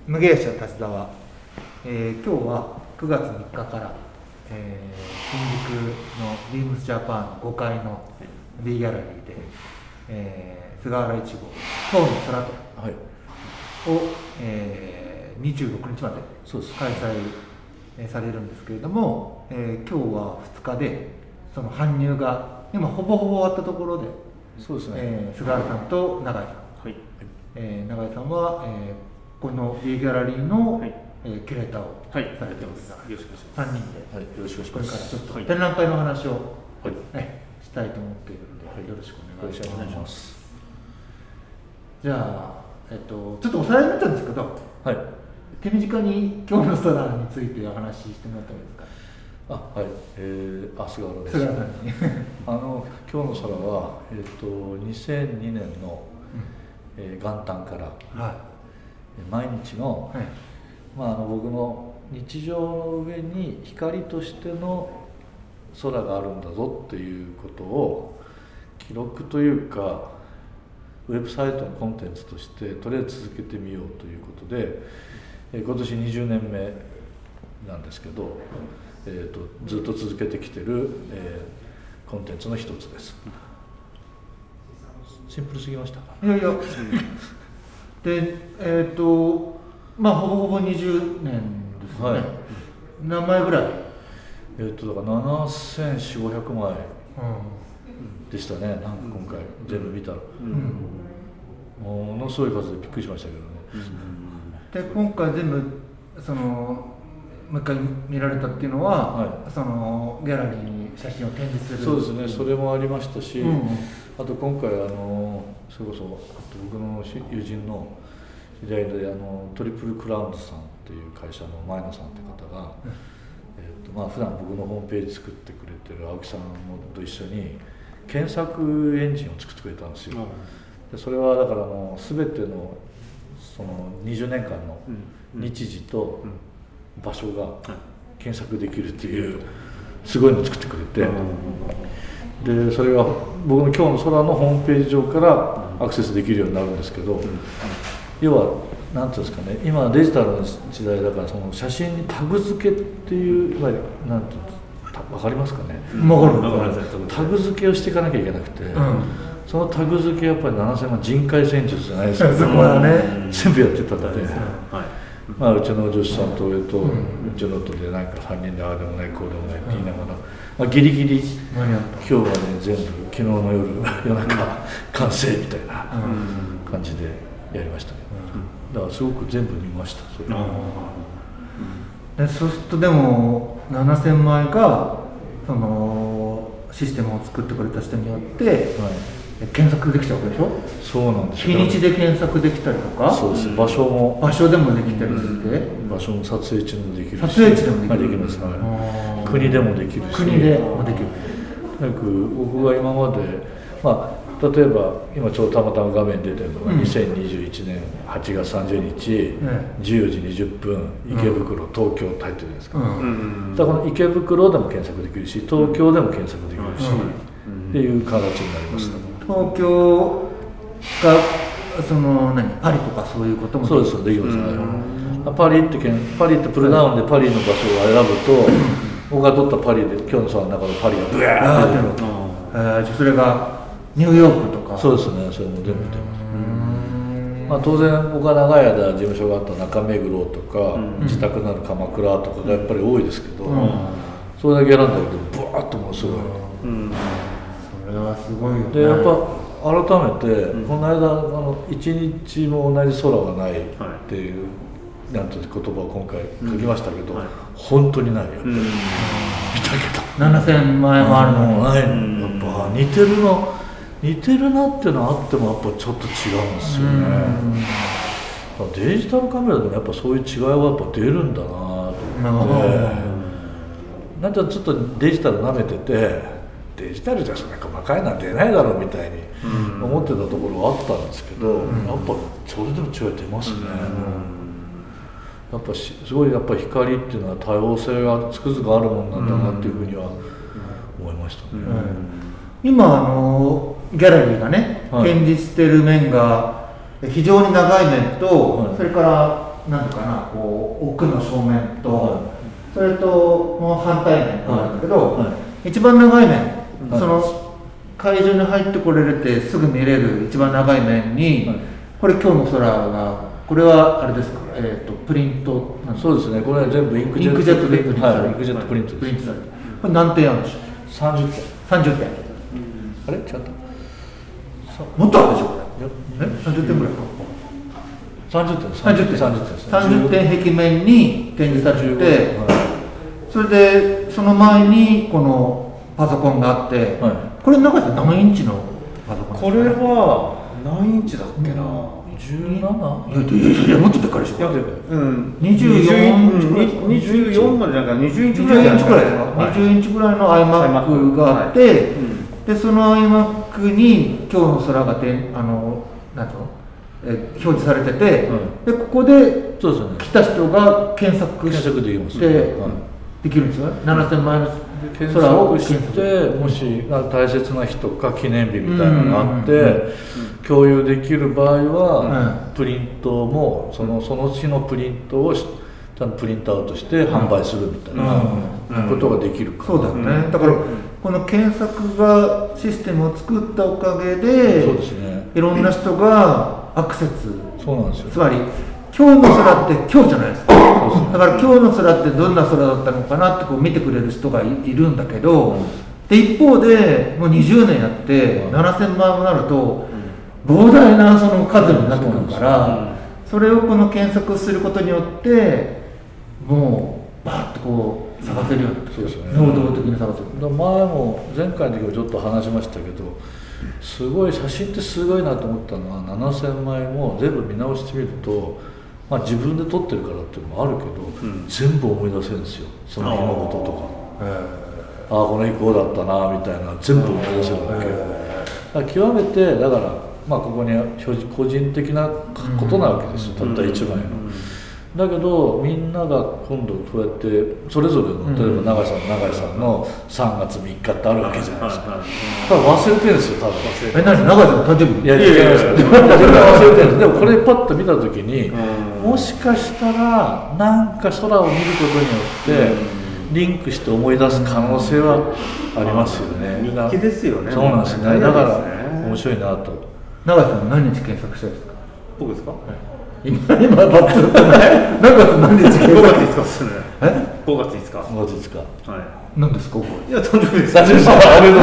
無芸者立沢、今日は9月3日から、新宿のビームスジャパンの5階の B ギャラリーで、菅原一号今日の空と、 はいを、26日まで開催されるんですけれども、今日は2日でその搬入が今ほぼほぼ終わったところで、 そうですね、 菅原さんと永井さん、 はい永井さんは、この B ギャラリーの、 はいキュレーターをされてますが、 よろしくお願いします。 3人で、 はい、よろしくお願いしこれからます。 ちょっと展覧会の話を、 はい、 したいと思っているので、よろしくお願いします。 お願いします。 じゃあ、ちょっとおさらいになっちゃうんですけど、 はい、 手短に今日の空についてお話ししてもらってもいいですか。 はい、菅原です。 菅原さんに今日の空は、2002年の、元旦から、毎日の、僕の日常の上に光としての空があるんだぞっていうことを記録というかウェブサイトのコンテンツとしてとりあえず続けてみようということで、今年20年目なんですけど、ずっと続けてきてる、コンテンツの一つです。シンプルすぎましたか？ いやいやでまあほぼほぼ20年ですよね、何枚ぐらい？ だから7400、500枚でしたね、なんか今回全部見たら、ものすごい数でびっくりしましたけどね。 で今回全部そのもう一回見られたっていうのは、そのギャラリーに写真を展示する。 そうですね、それもありましたし、あと今回それこそ僕の友人の知り合いでトリプルクラウンズさんっていう会社の前野さんって方が、普段僕のホームページ作ってくれてる青木さんと一緒に検索エンジンを作ってくれたんですよ。でそれはだから全てのその20年間の日時と場所が検索できるっていうすごいのを作ってくれて、でそれが僕の今日の空のホームページ上からアクセスできるようになるんですけど、要は何ていうんですかね、今デジタルの時代だからその写真にタグ付けっていういわゆる何ていうんですか、分かりますかね？タグ付けをしていかなきゃいけなくて、そのタグ付けやっぱり7000万人海戦術じゃないですか、 そこはね全部やってたので、うちの女子さんとうちの夫でなんか3人でああでもないこうでもないって言いながら、ギリギリ今日はね全部昨日の夜中完成みたいな感じでやりましたね。だからすごく全部見ました。 でそうするとでも7000枚がそのシステムを作ってくれた人によって、検索できちゃうわけでしょ？ そうなんです日にちで検索できたりとか、 そうです。場所でもできたりして、 場所も撮影地でもできるし、 撮影地でもできる、 できます。国でもできるし、 国でもできる。 僕が今まで例えば今ちょうどたまたま画面に出てるのが2021年8月30日14時20分池袋、東京って入ってるじゃないですか。だからこの池袋でも検索できるし、東京でも検索できるし、っていう形になりました。 東京がそのパリとかそういうこともそうです、できます。パリってプルダウンでパリの場所を選ぶと、僕が撮ったパリで今日の空の中のパリがブワーって出る。 それがニューヨークとか。 そうですね、それも全部出ます。当然僕が長い間事務所があった中目黒とか、自宅のある鎌倉とかがやっぱり多いですけど、それだけ選んだけどブワーッともうすごい。 それはすごいよね。 でやっぱ改めて、この間一日も同じ空がないっていう、なんていう言葉を今回書きましたけど、本当にないよ。見たけど 7000枚もあるのにない。やっぱ似てるなっていうのはあってもやっぱちょっと違うんですよね。デジタルカメラでもやっぱそういう違いはやっぱ出るんだなと思って、なんかちょっとデジタル舐めてて、デジタルじゃそんな細かいのは出ないだろうみたいに思ってたところはあったんですけど、やっぱそれでも違い出ますね。やっぱすごいやっぱ光っていうのは多様性がつくづくあるもんなんだなっていうふうには思いましたね。 今ギャラリーがね、展示してる面が非常に長い面と、それからなんていうかな、こう奥の正面と、それともう反対面があるんだけど、一番長い面、その会場に入ってこれるってすぐ見れる一番長い面に、これ今日の空が、これはあれですか、プリントなんですか。 そうですね、これは全部インクジェットでプリントされる。 インクジェットプリントです。 これ何点あるんでしょう。 30点。 30点。 あれ違った。 もっとあるでしょこれ。30点ぐらいか。30点壁面に展示されてて、それでその前にこのパソコンがあって、これ中で何インチのパソコンですか。 これは何インチだっけな。 17？ いやもっとでっかいでしょ。 24までなんか20インチぐらいですか。20インチぐらいの iMac があって、でその iMac に今日の空がなんていうの、表示されてて、でここで来た人が検索してできるんですよ。7000枚の空を検索して、もし大切な人か記念日みたいなのがあって共有できる場合は、プリントもその日のプリントをちゃんとプリントアウトして販売するみたいなことができるから。 そうだよね。だからこの検索がシステムを作ったおかげで、 そうですね、 いろんな人がアクセス、 そうなんですよ。 つまり今日の空って今日じゃないですか。だから今日の空ってどんな空だったのかなってこう見てくれる人がいるんだけど、で一方でもう20年やって7000万もなると膨大なその数になってくるから、それをこの検索することによってもうバーッとこう探せるようになってくる。能動的に探せる。 前も前回の時もちょっと話しましたけど、すごい写真ってすごいなと思ったのは7000枚も全部見直してみると、自分で撮ってるからっていうのもあるけど、全部思い出せるんですよ。その日のこととか、この日こうだったなみたいな全部思い出せるわけ。だから極めてだからここに個人的なことなわけですよ、たった一枚の。だけどみんなが今度こうやってそれぞれの、例えば永井さんの3月3日ってあるわけじゃないですか。多分忘れてるんですよ、多分。 永井さんの誕生日？ いや違いますよ。全然忘れてるんです。でもこれパッと見た時に、もしかしたらなんか空を見ることによってリンクして思い出す可能性はありますよね。 日記ですよね。 そうなんですね。だから面白いなと。 永井さん何日検索したいですか？ 僕ですか？ 今バッと何月何日検索？ 5月5日ですね。5月5日。 5月5日。 はい。 何ですか？ いや誕生日です。 誕生日です。俺も5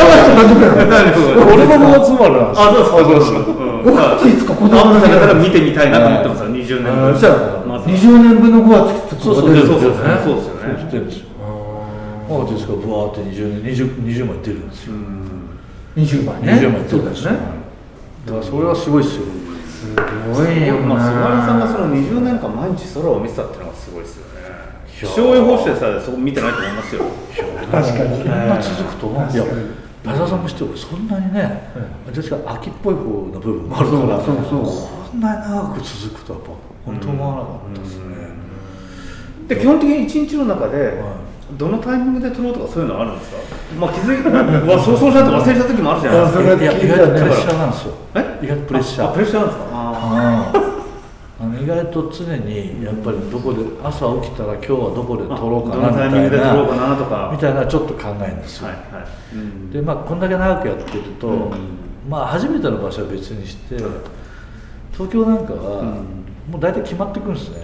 月生まれなんです。 そうです。 5月5日子供の日だから見てみたいなと思ってますよ。20年分。 じゃあ20年分の5月5日。 そうですよね。 そうしてるんですよ。5月5日ブワーって20枚出るんですよ。 20枚ね。 20枚出るんですね。だからそれはすごいですよ。 すごいよな。 菅原さんがその20年間毎日空を見てたっていうのがすごいですよね。気象予報士でさえそこ見てないと思いますよ。 確かに。 こんな続くと、いや、田澤さんもしてそんなにね、ですから秋っぽい方の部分もあるから、こんなに長く続くとやっぱ本当思わなかったですね。 で基本的に一日の中でどのタイミングで撮ろうとかそういうのはあるんですか？気づいたそうしないと忘れた時もあるじゃないですか。 いや意外とプレッシャーなんですよ。意外とプレッシャー。 プレッシャーなんですか？ 意外と常にやっぱりどこで朝起きたら今日はどこで撮ろうかなみたいな、 どのタイミングで撮ろうかなとかみたいなちょっと考えるんですよ。でこんだけ長くやってると、初めての場所は別にして、東京なんかはもう大体決まってくるんですね。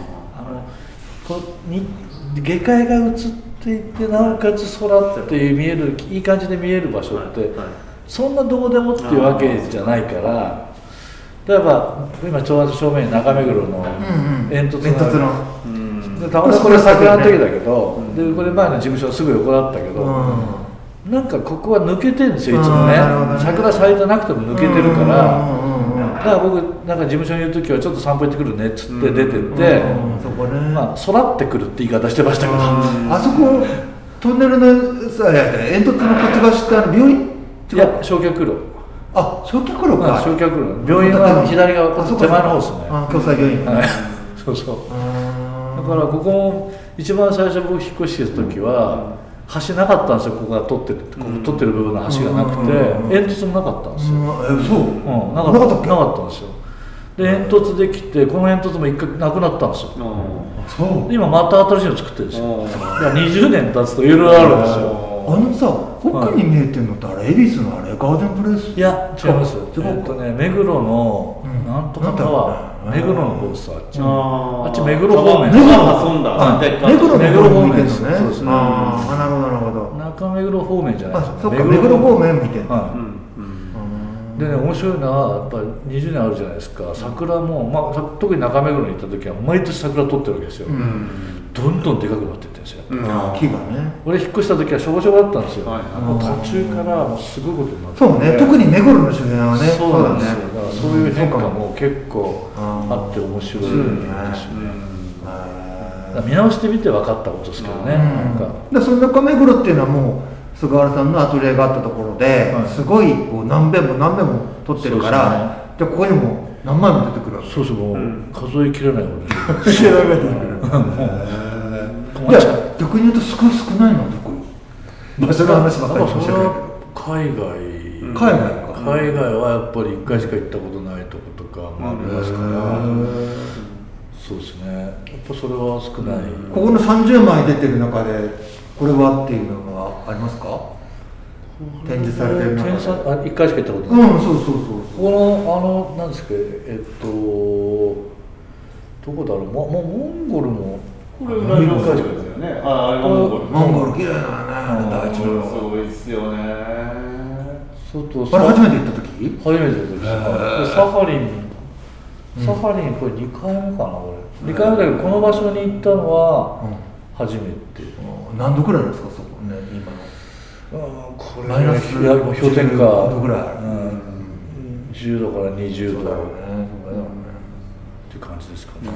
下界が映っていてなおかつ空っていう見えるいい感じで見える場所って、そんなどうでもっていうわけじゃないから。例えば今ちょうど正面に中目黒の煙突の、たまたまこれ桜の時だけど、でこれ前の事務所すぐ横だったけど、なんかここは抜けてるんですよいつもね。桜咲いてなくても抜けてるから、だから僕なんか事務所にいる時はちょっto散歩行ってくるねっつって出てって、空ってくるって言い方してましたけど、 あそこトンネルのさ煙突のこっち側下病院？ いや焼却炉。 焼却炉か。 焼却炉。病院は左側手前の方ですね。 共済病院。 そうそう。だからここも一番最初僕引っ越してた時は橋なかったんですよ。ここが取ってる部分の橋がなくて煙突もなかったんですよ。 そう。 なかったんですよ。 で煙突できて、この煙突も一回なくなったんですよ。 そう今また新しいの作ってるんですよ。だから20年経つといろいろあるんですよ。 さ、奥に見えてるのってあれ、恵比寿のあれ、ガーデンプレイス？ いや、違います。 違うか目黒の、なんとかタワー、目黒の方です。あっち目黒方面。 目黒方面ですね。そうですね。 なるほどなるほど。 中目黒方面じゃないですか。 そっか、目黒方面見てる。 でね、面白いのはやっぱり20年あるじゃないですか。桜も、特に中目黒に行った時は毎年桜撮ってるわけですよ。どんどんでかくなっていってるんですよ。 木がね。 俺引っ越した時はしょぼしょぼだったんですよ。もう途中からもうすごいことになって。 そうね、特に目黒の周辺はね。 そうなんですよ。だからそういう変化も結構あって面白いですよね。見直してみて分かったことですけどね。 その中目黒っていうのはもう菅原さんのアトリエがあったところで、すごいこう何遍も撮ってるから、じゃあここにも何枚も出てくるわけ。 そうそう、もう数えきれないほど知らなかった。いや、逆に言うと少ないのどこ？場所の話ばっかりしてるけど。 海外はやっぱり1回しか行ったことないとことかもありますから、そうですね。やっぱそれは少ない。 ここの30枚出てる中でこれはっていうのはありますか？展示されてる中で。 1回しか行ったことない。 そう。 このなんですか、どこだろう、モンゴルもこれ裏の会場ですよね。 モンゴル綺麗だね。大地の。 すごいですよね。 あれ初めて行った時？ 初めて行った時。サハリンこれ2回目かな、俺。2回目だけどこの場所に行ったのは初めて。 何度くらいですか、そこね、今の。 これマイナス氷点下 10度ぐらい。 10度から20度っていう感じですかね。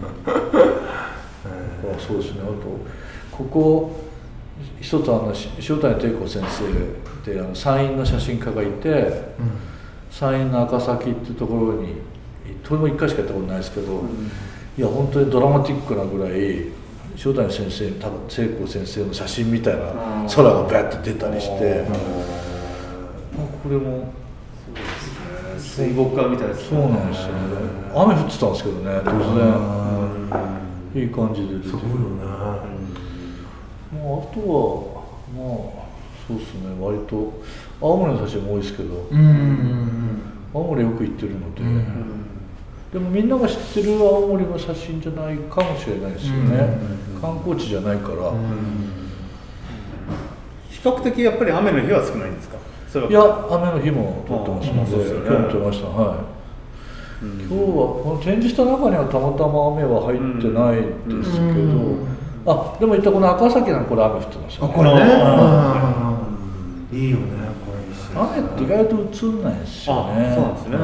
そうですね。あとここ一つ塩谷貞子先生って山陰の写真家がいて、山陰の赤崎っていうところにとても1回しか行ったことないですけど、いや本当にドラマティックなぐらい塩谷先生、多分聖子先生の写真みたいな空がバッと出たりして、これも水墨画みたいですね。そうなんですよね。雨降ってたんですけどね、突然いい感じで出てる。すごいよね。あとはそうですね、割と青森の写真も多いですけど、青森よく行ってるので、でもみんなが知ってる青森の写真じゃないかもしれないですよね。観光地じゃないから。 比較的やっぱり雨の日は少ないんですか？ いや、雨の日も撮ってますので、今日も撮りました。今日はこの展示した中にはたまたま雨は入ってないですけど、でもいったこの赤崎なんかこれ雨降ってましたね。 これね。いいよね、これ。 雨って意外と映んないですよね。 そうなんですね。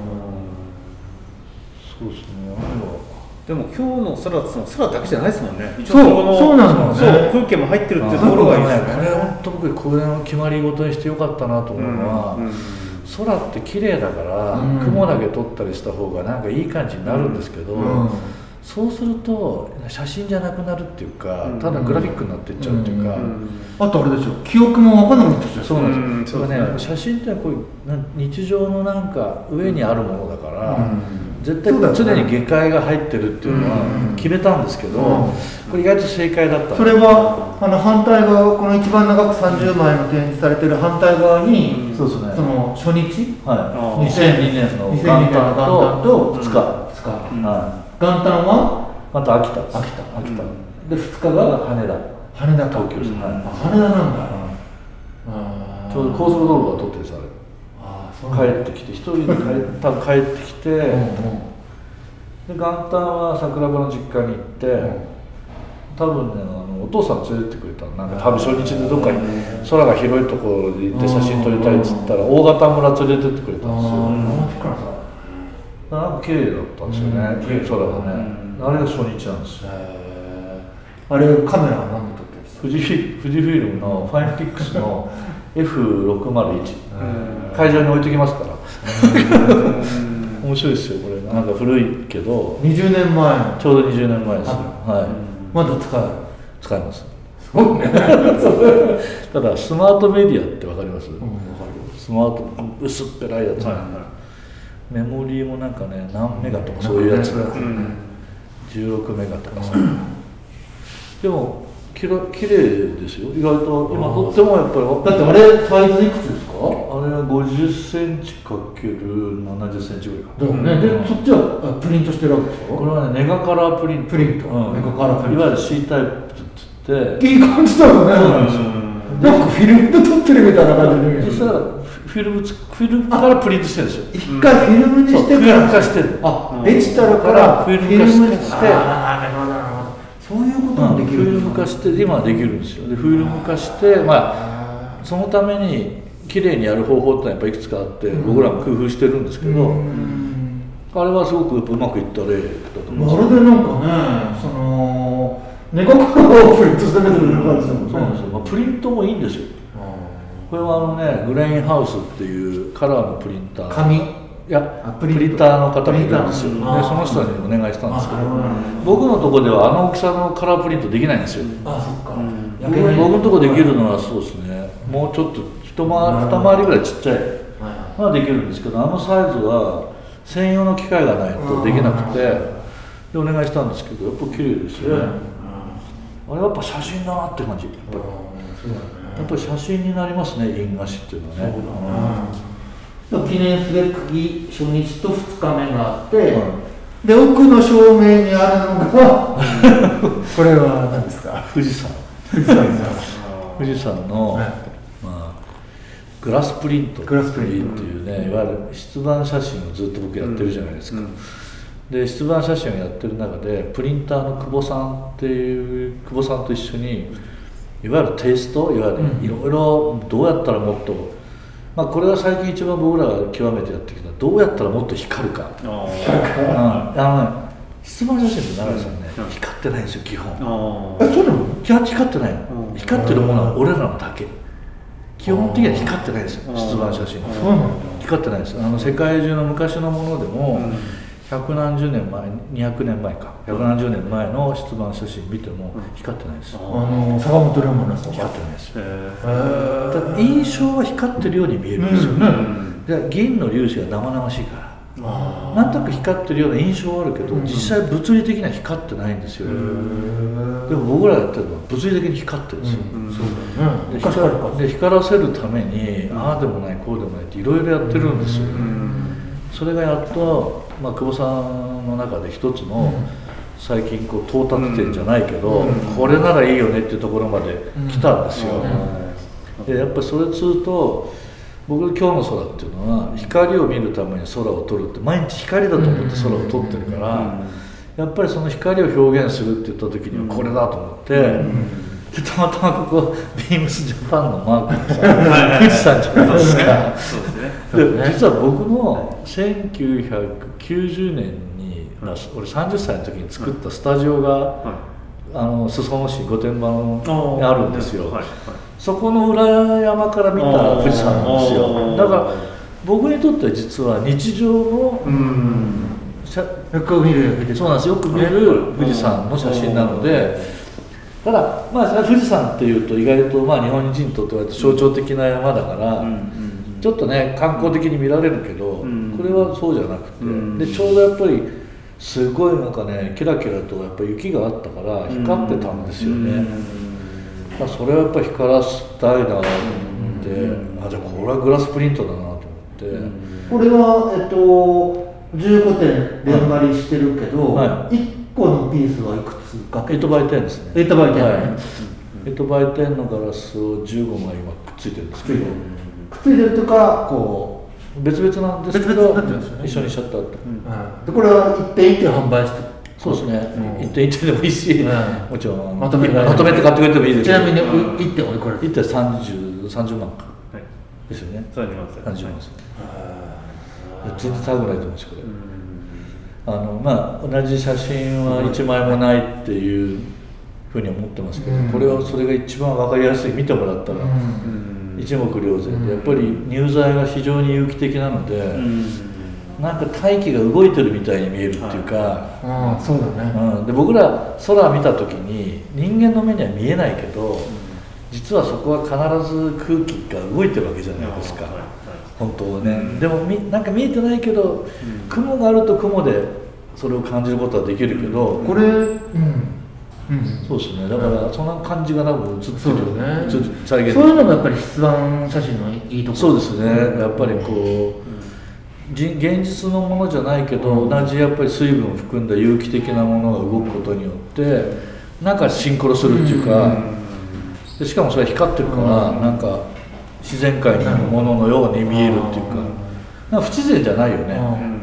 そうですね。 でも今日の空だけじゃないですもんね。 そうなんですね。 風景も入ってるっていうところがいいですね。 これ本当僕これの決まり事にしてよかったなと思うのは、空って綺麗だから、雲だけ撮ったりした方がなんかいい感じになるんですけど、そうすると写真じゃなくなるっていうか、ただグラフィックになっていっちゃうっていうか、 あとあれでしょ、記憶も分からなくなってきちゃう。 そうなんですよ。それね、写真ってこういう日常のなんか上にあるものだから、絶対常に下界が入ってるっていうのは決めたんですけど、これ意外と正解だった。 それは反対側、この一番長く30枚の展示されてる反対側に、その初日、 2002年の元旦と2日。 元旦はまた秋田で2日が羽田東京です。 羽田なんだ。 ちょうど高速道路が通ってるんです、あれ。帰ってきて一人で多分帰ってきて、で元旦は桜庭の実家に行って、多分ね、お父さん連れてってくれたの。なんか多分初日でどっかに空が広いところで行って写真撮りたいっつったら大型村連れてってくれたんですよ。なんか綺麗だったんですよね、空がね。あれが初日なんですよ。 あれカメラは何で撮ってるんですか？ 富士フィルムのファインピックスの F601 会場に置いときますから面白いですよこれ。なんか古いけど 20年前、 ちょうど20年前ですよ。 まだ使います。すごいねただスマートメディアってわかります？スマート薄っぺらいやつ、 メモリーもなんかね何メガとかそういうやつ、16メガとかさ、でも綺麗ですよ意外と。今とってもやっぱりだってあれサイズいくつですか？ あれは50センチかける70センチぐらいかだよね。でそっちはプリントしてるわけでしょ？ これはねネガカラープリント、 ネガカラープリント、 いわゆる C タイプって言っていい感じだよね。そうなんですよ。なんかフィルムで撮ってるみたいな感じで、 実際はフィルムからプリントしてるんですよ。 一回フィルムにしてからフィルム化してる。 デジタルからフィルム化してなるほどなるほど。そういうこともできる。 フィルム化して今はできるんですよ。でフィルム化してそのために綺麗にやる方法ってのはやっぱいくつかあって、僕らも工夫してるんですけど、あれはすごくやっぱうまくいった例だと思います。 まるでなんかね、そのネガカラーをプリントしてくれてる感じでもそうなんですよ。プリントもいいんですよ。これはグレインハウスっていうカラーのプリンター、 紙いやプリンターの方がいるんですよ。でその人にお願いしたんですけど、僕のところではあの大きさのカラープリントできないんですよ。 そっか。 僕のところできるのはそうですね、もうちょっと二回りぐらいちっちゃいのはできるんですけど、あのサイズは専用の機械がないとできなくて、でお願いしたんですけど、やっぱ綺麗ですよね。あれやっぱ写真だなって感じ。やっぱり写真になりますね、印画紙っていうのはね。 記念すべき初日と2日目があって、で奥の正面にあるのがこれは何ですか？ 富士山の、グラスプリントっていうね、いわゆる出版写真をずっと僕やってるじゃないですか。で出版写真をやってる中でプリンターの久保さんと一緒にいわゆるテイスト、いわゆるいろいろどうやったらもっと、これは最近一番僕らが極めてやってきた、どうやったらもっと光るか。出版写真って長井さんね、光ってないんですよ基本。光ってないの。光ってるものは俺らのだけ。基本的には光ってないんですよ、出版写真。光ってないです。世界中の昔のものでも百何十年前、200年前か、百何十年前の出版写真見ても光ってないです。 坂本龍馬のやつ光ってないです。だから印象は光ってるように見えるんですよ。で銀の粒子が生々しいから。なんとなく光ってるような印象はあるけど、実際物理的には光ってないんですよ。でも僕らやってるのは物理的に光ってるんですよ。で光らせるためにああでもないこうでもないっていろいろやってるんですよ。それがやっと久保さんの中で一つの最近到達点じゃないけど、これならいいよねっていうところまで来たんですよ。でやっぱりそれすると僕今日の空っていうのは光を見るために空を撮るって毎日光だと思って空を撮ってるから、やっぱりその光を表現するって言った時にはこれだと思って、でたまたまここビームスジャパンのマークがさ富士山じゃないですか。で実は僕の1990年に俺30歳の時に作ったスタジオが裾野市御殿場にあるんですよ。そこの裏山から見た富士山なんですよ。だから僕にとっては実は日常のよく見るそうなんです、よく見る富士山の写真なので、ただ富士山っていうと意外と日本人にとっては象徴的な山だから、ちょっとね観光的に見られるけど、これはそうじゃなくて、でちょうどやっぱりすごいなんかねキラキラとやっぱ雪があったから光ってたんですよね。それはやっぱり光らせたいなと思って、じゃあこれはグラスプリントだなと思って、 これは15点連張りしてるけど、1個のピースはいくつかけ 8倍点ですね。 8倍点、 8倍点のガラスを15枚今くっついてるんですけど、 くっついてるとか別々なんですけど一緒にしちゃったって、 でこれは1点1点販売してる。 そうですね、1点1点でもいいし、もちろんまとめて買ってくれてもいいですけど、ちなみに1点おいくら 1点30万かですよね。30万ですね。全然高くないと思うんですこれ。同じ写真は1枚もないっていうふうに思ってますけど、それが一番分かりやすい、見てもらったら一目瞭然で、やっぱり乳剤が非常に有機的なので、なんか大気が動いてるみたいに見えるっていうか、 そうだね。 で僕ら空見た時に人間の目には見えないけど、実はそこは必ず空気が動いてるわけじゃないですか。 本当はね、でもなんか見えてないけど、雲があると雲でそれを感じることはできるけど、 これそうですね、だからそんな感じが多分映ってるそうだね、 再現そういうのがやっぱり出版写真のいいところ。 そうですね、やっぱりこう、現実のものじゃないけど、同じやっぱり水分を含んだ有機的なものが動くことによってなんかシンクロするっていうか、でしかもそれ光ってるから、なんか自然界にあるもののように見えるっていうか、なんか不自然じゃないよね。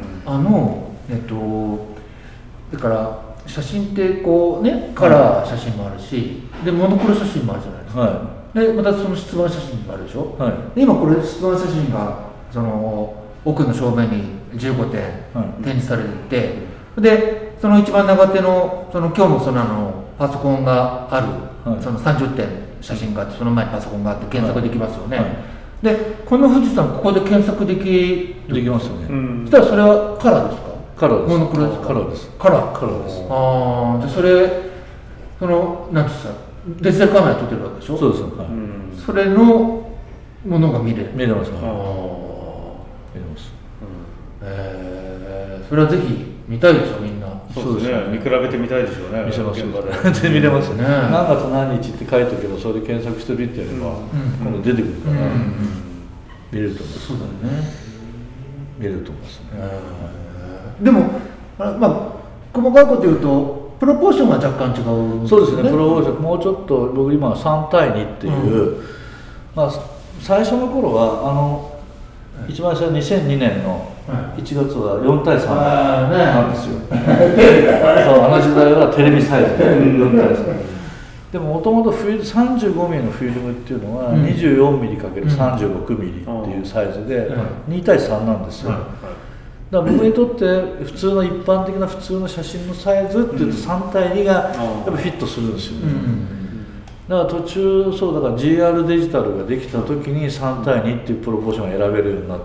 だから写真ってこうね、カラー写真もあるし、でモノクロ写真もあるじゃないですか、 はでまたその出版写真もあるでしょ、 はい、 で今これ出版写真がその奥の正面に15点展示されていて、でその一番長手のその今日もそのパソコンがある、 はい、 その30点写真があって、その前にパソコンがあって検索できますよね、 はいはい、 でこの富士山ここで検索できますよね、 そしたらそれはカラーですか？ カラーです。 モノクロですか？ カラーです。 カラーです。ああ、でそれそのなんていうんですか、デジタルカメラで撮ってるわけでしょ？ そうです、はい、 それのものが見れる。 見れます、ね、 ああ、 見れます、 それはぜひ見たいでしょ、みんな。 そうですね、見比べてみたいでしょうね。 見せますよ。 現場で見れますね。何月何日って書いておけば、それで検索してみてやれば、今度出てくるから、見れると思います。 そうだね。 見れると思いますね。 でも、まあ細かいこと言うと、プロポーションが若干違う、 そうですね、プロポーション、もうちょっと、僕今3対2っていう、まあ最初の頃は一番最初2002年の1月は4対3なんですよ。そう、時代はテレビサイズで4対3。でももともと35ミリのフィルムっていうのは24ミリ ×36 ミリっていうサイズで2対3なんですよ。だから僕にとって普通の一般的な普通の写真のサイズっていうと3対2がやっぱフィットするんですよね。だから途中だから GR デジタルができた時に3対2っていうプロポーションが選べるようになって、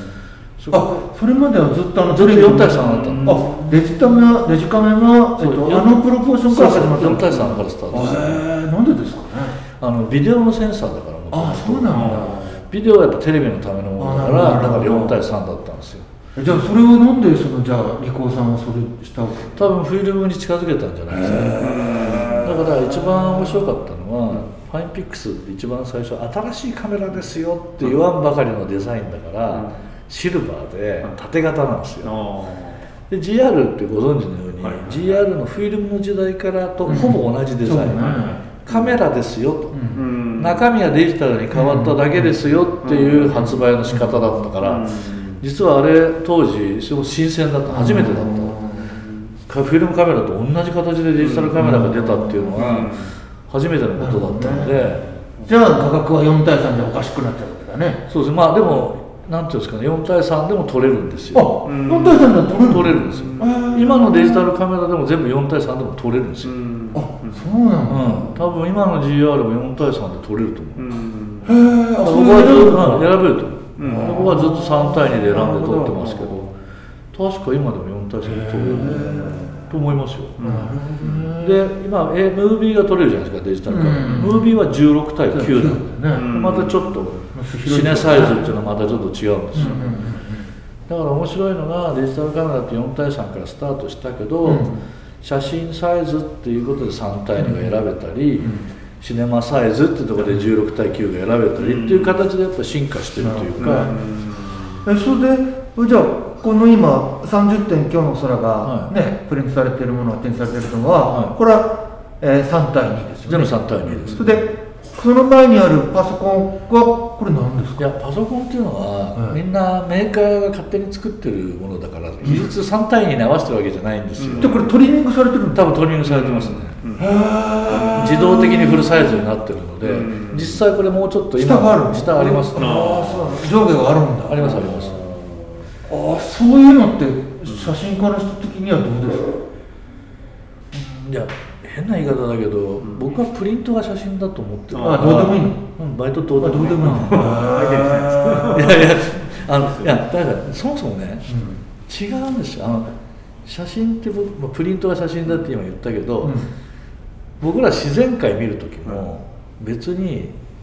それまではずっとずっと4対3だったの。 デジカメのプロポーションから始まった 4対3からスタートして、 なんでですかね。 ビデオのセンサーだからそうなんだ。 ビデオはやっぱテレビのためのものだからだから4対3だったんですよ。 じゃあそれをなんでじゃあリコーさんはそれしたわけ？ 多分フィルムに近づけたんじゃないですか。だから一番面白かったのは、ファインピックスって一番最初新しいカメラですよって言わんばかりのデザインだから、シルバーで縦型なんですよ。で GR ってご存知のように、GR のフィルムの時代からとほぼ同じデザイン、カメラですよと、中身はデジタルに変わっただけですよっていう発売の仕方だったから、実はあれ当時すごく新鮮だった、初めてだった、フィルムカメラと同じ形でデジタルカメラが出たっていうのは初めてのことだったので、 じゃあ価格は4対3でおかしくなっちゃうわけだね。 そうです。まあでもなんていうんですかね、4対3でも撮れるんですよ。 4対3でも撮れるんですよ。今のデジタルカメラでも全部4対3でも撮れるんですよ。 そうなの。 多分今の GR も4対3で撮れると思う。 僕は選べると思う。僕はずっと3対2で選んで撮ってますけど、確か今でも4対3で撮れると思いますよ。で今ムービーが撮れるじゃないですか、デジタルカメラ。ムービーは16対9なんで、またちょっとシネサイズっていうのはまたちょっと違うんですよ。だから面白いのが、デジタルカメラって4対3からスタートしたけど、写真サイズっていうことで3対2が選べたり、シネマサイズっていうところで16対9が選べたりっていう形でやっぱ進化してるというか、 それでじゃあこの今30点今日の空がね、プリントされているものが展示されているのは、これは3対2ですよね。 全部3対2です。 それでその前にあるパソコンはこれ何ですか？ いや、パソコンっていうのは、みんなメーカーが勝手に作ってるものだから、比率3対2に合わせてるわけじゃないんですよ。 じゃあこれトリミングされてるんですか？ 多分トリミングされてますね。自動的にフルサイズになってるので、実際これもうちょっと今下ありますね。 上下があるんだ。 ありますあります。 そういうのって写真家の人的にはどうですか？ いや、変な言い方だけど、僕はプリントが写真だと思ってる。 どうでもいいの？ バイトどうでもいい。 いやだからそもそもね、違うんですよ。写真ってプリントが写真だって今言ったけど、僕ら自然界見る時も別に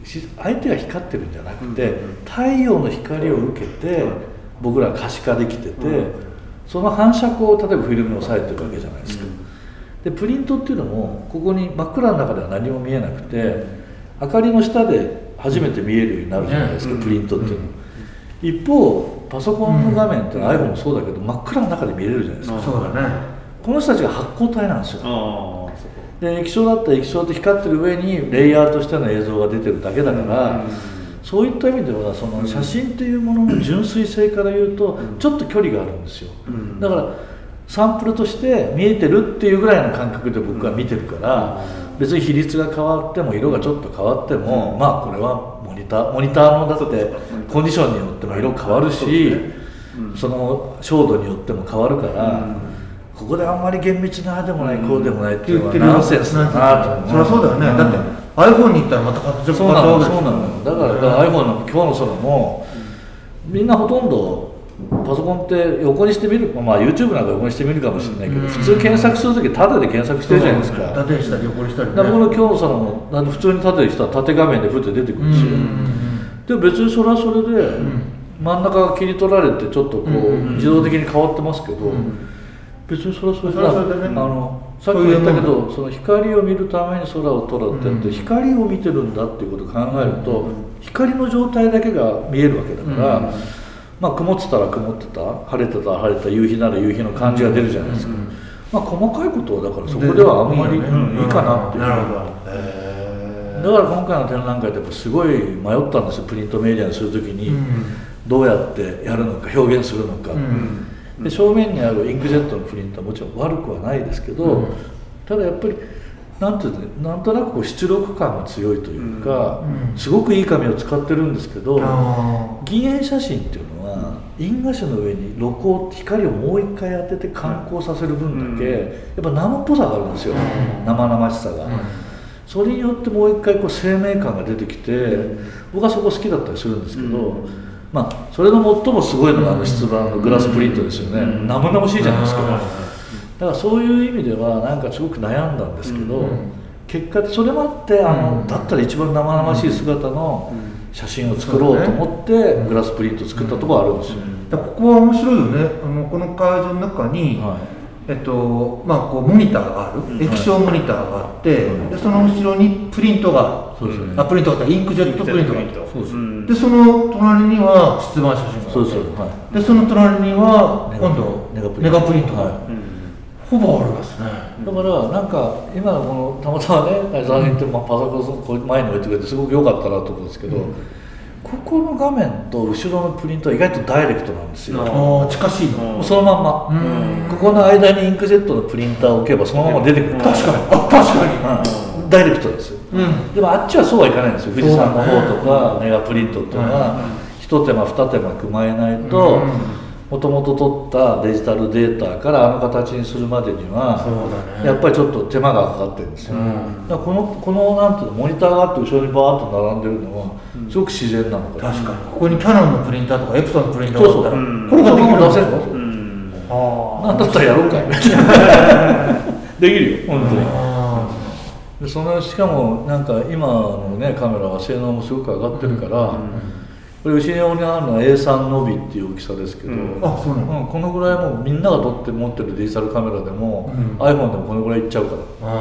相手が光ってるんじゃなくて、太陽の光を受けて僕ら可視化できてて、その反射光を例えばフィルムに抑えてるわけじゃないですか。でプリントっていうのもここに真っ暗の中では何も見えなくて、明かりの下で初めて見えるようになるじゃないですか、プリントっていうの。一方パソコンの画面ってのは iPhone もそうだけど真っ暗の中で見れるじゃないですか。 そうだね。 この人たちが発光体なんですよ。で液晶だったら液晶って光ってる上にレイヤーとしての映像が出てるだけだから、そういった意味ではその写真というものの純粋性から言うとちょっと距離があるんですよ。だからサンプルとして見えてるっていうぐらいの感覚で僕は見てるから、別に比率が変わっても色がちょっと変わっても、まあこれはモニターのだってコンディションによっても色変わるし、その照度によっても変わるから、ここであんまり厳密なでもないこうでもないっていうのはナンセンスだなと思う。 そりゃそうだよね。だって iPhone に行ったらまた形が変わったわけですよ。 そうなの。だから iPhone の今日の空もみんなほとんどパソコンって横にしてみる、まあ YouTube なんか横にしてみるかもしれないけど、普通検索するとき縦で検索してるじゃないですか。 縦にしたり横にしたりね。 だから僕の今日の空も普通に縦にしたら縦画面でふって出てくるんですよ。でも別にそれはそれで真ん中が切り取られてちょっとこう自動的に変わってますけど、別にそれはそれで、さっきも言ったけど、その光を見るために空を撮るってやって、光を見てるんだっていうことを考えると、光の状態だけが見えるわけだから、まあ曇ってたら曇ってた、晴れてたら晴れた、夕日なら夕日の感じが出るじゃないですか。まあ細かいことはだからそこではあんまりいいかなっていう。 なるほど。 だから今回の展覧会ってすごい迷ったんですよ。プリントメディアにするときにどうやってやるのか、表現するのか。で正面にあるインクジェットのプリントはもちろん悪くはないですけど、ただやっぱりなんとなくこう出力感が強いというか、すごくいい紙を使ってるんですけど、銀塩写真っていうのは印画紙の上に露光光をもう一回当てて観光させる分だけやっぱ生っぽさがあるんですよ、生々しさが。それによってもう一回こう生命感が出てきて、僕はそこ好きだったりするんですけど、まあそれの最もすごいのが出版のグラスプリントですよね。生々しいじゃないですか。だからそういう意味ではなんかすごく悩んだんですけど、結果それもあってだったら一番生々しい姿の写真を作ろうと思ってグラスプリントを作ったところあるんですよ。 ここは面白いよね。この会場の中に、まあこうモニターがある、液晶モニターがあって、でその後ろにプリントがある。プリントがあったらインクジェットプリントがある。でその隣には出版写真があって、でその隣には今度ネガプリントがある。ほぼあるですね。 だからなんか今のこのたまたまね相沢さんってパソコン前に置いてくれてすごく良かったなと思うんですけど、ここの画面と後ろのプリントは意外とダイレクトなんですよ。 近しいの。 そのまんま。ここの間にインクジェットのプリンターを置けばそのまま出てくる。 確かに。確かに。ダイレクトですよ。でもあっちはそうはいかないんですよ。富士山の方とかネガプリントっていうのは一手間二手間加えないと。もともと取ったデジタルデータから形にするまでには、やっぱりちょっと手間がかかってるんですよ。だからこのなんていうのモニターがあって後ろにバーッと並んでるのはすごく自然なのかな。 確かにここにキャノンのプリンターとかエプソンのプリンターがあったらこれができるんですよ。 なんだったらやろうかいできるよ本当に。でそのしかもなんか今のねカメラは性能もすごく上がってるから、これ後ろにあるのは A3 ノビっていう大きさですけど、このぐらいもうみんなが持ってるデジタルカメラでも、iPhone でもこのぐらいいっちゃうから。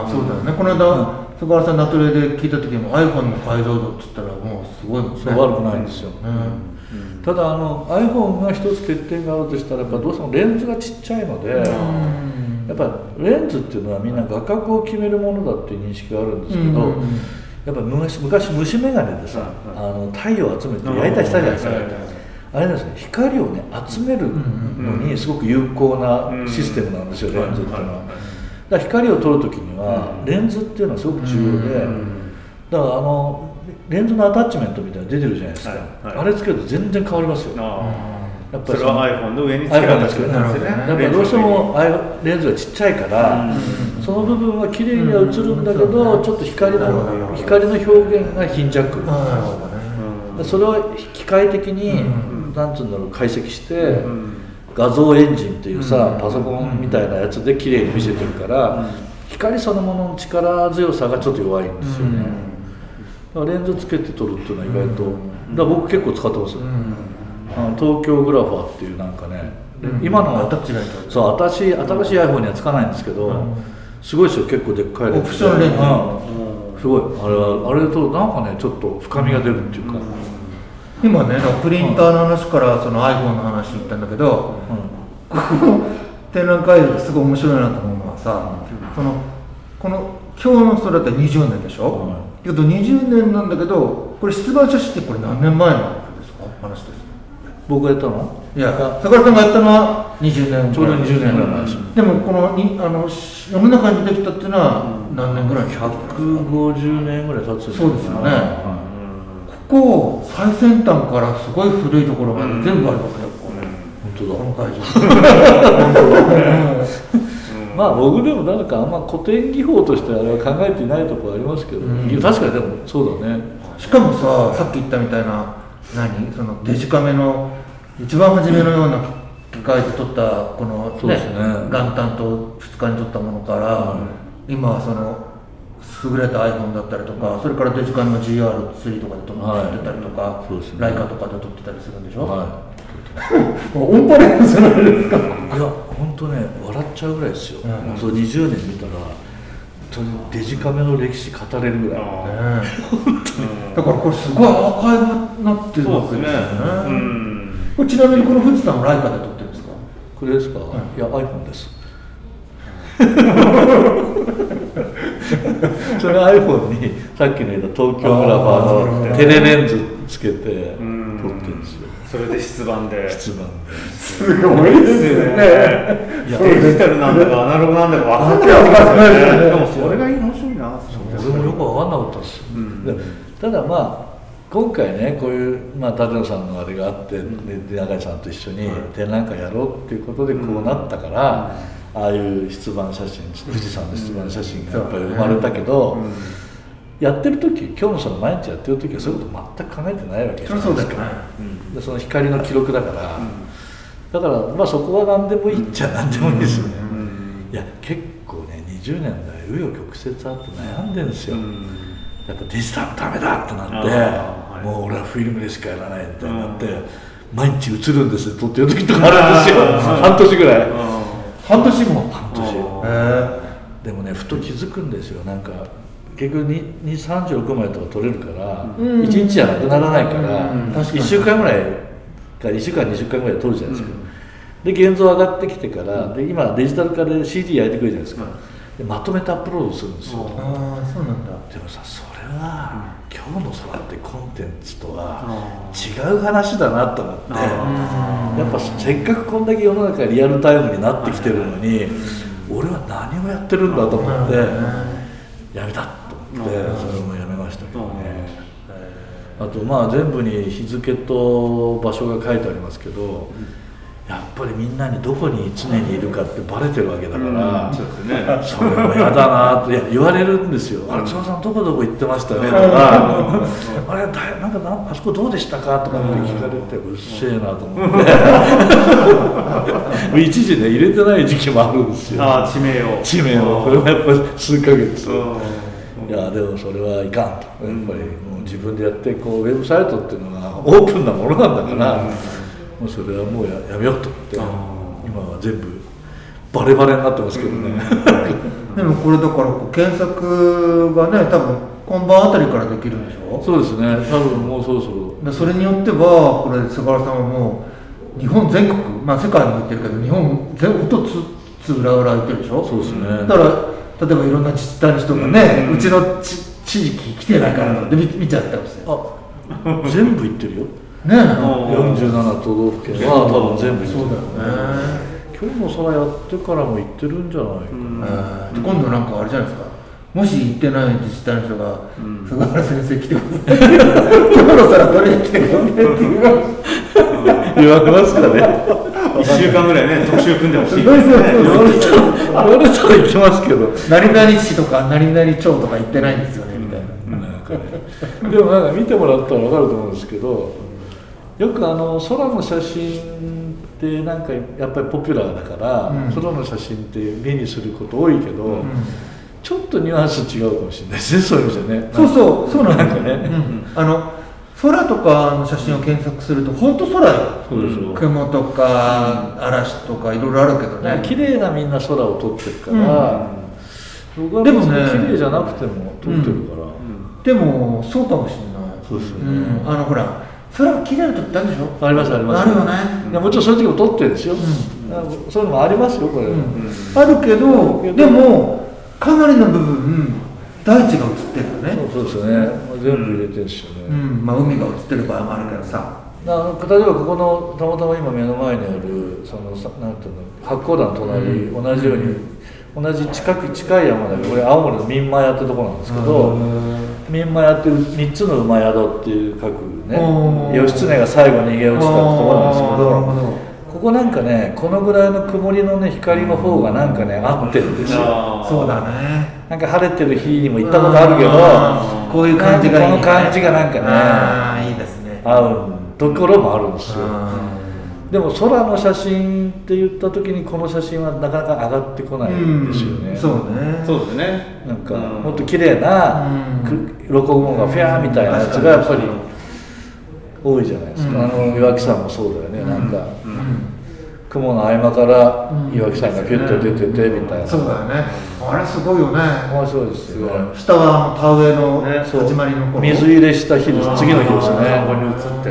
そうだよね。この間菅原さんのアトリエで聞いた時も iPhone の解像度って言ったらもうすごいもんね。 悪くないんですよ。ただiPhone が一つ欠点があるとしたらやっぱどうしてもレンズがちっちゃいので、やっぱレンズっていうのはみんな画角を決めるものだっていう認識があるんですけど、やっぱ昔虫眼鏡でさ、太陽を集めて焼いたりしたじゃないですか。あれですね、光をね集めるのにすごく有効なシステムなんですよ、レンズっていうのは。だから光を撮るときにはレンズっていうのはすごく重要で、だからレンズのアタッチメントみたいなの出てるじゃないですか。あれつけると全然変わりますよ。 やっぱりそれは iPhone の上につけるんですよね。 やっぱりどうしてもレンズがちっちゃいから、その部分は綺麗には映るんだけど、ちょっと光の表現が貧弱。それを機械的になんつうんだろう解析して、画像エンジンっていうさパソコンみたいなやつで綺麗に見せてるから、光そのものの力強さがちょっと弱いんですよね。 レンズつけて撮るっていうのは意外と、だから僕結構使ってますよ、東京グラファーっていうなんかね、今のタッチがいいとそう新しい iPhone にはつかないんですけど、すごいですよ、結構でっかいレンズオプションレンズ、 すごいあれとなんかねちょっと深みが出るっていうか、 今ねプリンターの話からその iPhone の話に行ったんだけど、この展覧会ですごい面白いなと思うのはさ、この今日の人だって20年でしょ、けど20年なんだけど、これ出版写真ってこれ何年前のですか話です。 僕がやったの？ いや、坂田さんがやったのは20年ちょうど20年ぐらい前です。 でもこの世の中に出てきたっていうのは何年ぐらいに 150年ぐらい経つんですそうですよね、ここ最先端からすごい古いところまで全部ありますよ、 本当だ、 この会場まあ僕でもなんかあんま古典技法としてあれは考えていないところありますけど、確かにでもそうだね。 しかもさっき言ったみたいなそのデジカメの一番初めのような機械で撮ったこのね元旦と2日に撮ったものから、今はその優れた iPhone だったりとか、それからデジカメの GR3 とかで撮ってたりとか、ライカとかで撮ってたりするんでしょ。オンパレードじゃないですか。いや本当ね笑っちゃうぐらいですよ、そう20年見たらデジカメの歴史語れるぐらい、 だからこれすごいアーカイブになってるわけですよね。これちなみにこの富士山をライカで撮ってるんですか？ これですか？いや iPhone ですそれ iPhone にさっきの言った東京グラファーのテレレンズつけて撮ってるんですよ。 それで出版ですごいですよね。 デジタルなんだかアナログなんだか分かんないでもそれが面白いな。 俺もよく分かんなかったです、ただまあ今回ねこういう、舘野さんのあれがあって、中井さんと一緒に展覧会やろうっていうことでこうなったから、ああいう出版写真、富士山の出版写真がやっぱり生まれたけど、やってる時、今日のその毎日やってる時はそういうこと全く考えてないわけじゃないですか。でその光の記録だから、だからそこは何でもいいっちゃ何でもいいですよね。いや結構ね20年代紆余曲折あって悩んでるんですよ。やっぱデジタルダメだってなって、もう俺はフィルムでしかやらないみたいになって、毎日映るんです撮ってる時とかあるんですよ。半年ぐらい。 半年も。 でもねふと気づくんですよ。なんか結局36枚とか撮れるから1日じゃなくならないから1週間ぐらいか1週間2週間ぐらい撮るじゃないですか。で現像上がってきてからで今デジタル化で CD 焼いてくるじゃないですか。でまとめてアップロードするんですよ。 そうなんだ。 でもさそれは、今日の空ってコンテンツとは違う話だなと思って、やっぱせっかくこんだけ世の中リアルタイムになってきてるのに、俺は何をやってるんだと思って、やめたと思って、それもやめましたけどね。あと全部に日付と場所が書いてありますけど、やっぱりみんなにどこに常にいるかってバレてるわけだから、それも嫌だなと言われるんですよ。あれ、津田さんどこ行ってましたねとか、あれあそこどうでしたかとかって聞かれて、うっせえなと思って一時ね入れてない時期もあるんですよ。 地名をこれもやっぱり数ヶ月。いやでもそれはいかんと、やっぱりもう自分でやってウェブサイトっていうのがオープンなものなんだから、もうそれはもう やめようと思って、今は全部バレバレになってますけどね。 でもこれだから検索がね多分今晩あたりからできるんでしょ。 そうですね、多分もうそろそろ。 それによってはこれ菅原さんはもう日本全国、世界も行ってるけど日本全国とつ裏裏行ってるでしょ。 そうですね。 だから例えばいろんな自治体の人がね、うちの地域来てないからって見ちゃったりして。 全部行ってるよ。 ね、 47都道府県は多分全部行ってる。 そうだよね。 今日の空やってからも行ってるんじゃないかな。 今度なんかあれじゃないですか。もし行ってない自治体の人が菅原先生来てください。今日の空取りに来てくださいって言われますかね。 1週間ぐらいね特集組んでほしい。 言われたら行きますけど。 何々市とか何々町とか行ってないんですよねみたいな。 でもなんか見てもらったら分かると思うんですけど。よく空の写真ってなんかやっぱりポピュラーだから、空の写真って目にすること多いけど、 ちょっとニュアンス違うかもしれないですね、そういう意味じゃね。 そうなんだよなんかね、 空とかの写真を検索すると本当空よ。 そうですよ。 雲とか嵐とかいろいろあるけどね。 綺麗なみんな空を撮ってるから、僕は別に綺麗じゃなくても撮ってるから。 でもそうかもしれない。 そうですよね。 ほら空が綺麗な時ってあるでしょ。 ありますあります。 あるよね。 いやもちろんそういう時も撮ってるんですよ。そういうのもありますよこれ。 あるけどでもかなりの部分大地が映ってるよね。 そうですよね。全部入れてるんですよね。 海が映ってる場合もあるけどさ。 例えばここのたまたま今目の前にあるそのなんていうの八甲田の隣、同じように同じ近い山だけど、これ青森の三馬屋ってとこなんですけど、三馬屋って3つの馬宿っていう書くね、義経が最後に逃げ落ちたところなんですけど、ここなんかね、このぐらいの曇りのね光の方がなんかね合ってるんですよ。 そうだね。 なんか晴れてる日にも行ったことあるけど、 こういう感じがいいね。 この感じがなんかね、 いいですね。 合うところもあるんですよ。でも空の写真って言った時にこの写真はなかなか上がってこないんですよね。 そうね。 そうですね。 なんかもっと綺麗な鱗雲がフィャーみたいなやつがやっぱり多いじゃないですか。岩木山もそうだよね。なんか雲の合間から岩木山がピュッと出ててみたいな。 そうだよね。あれすごいよね。 面白いですよね。 下は田植えの始まりの頃。 水入れした日です。次の日ですね。 ここに映って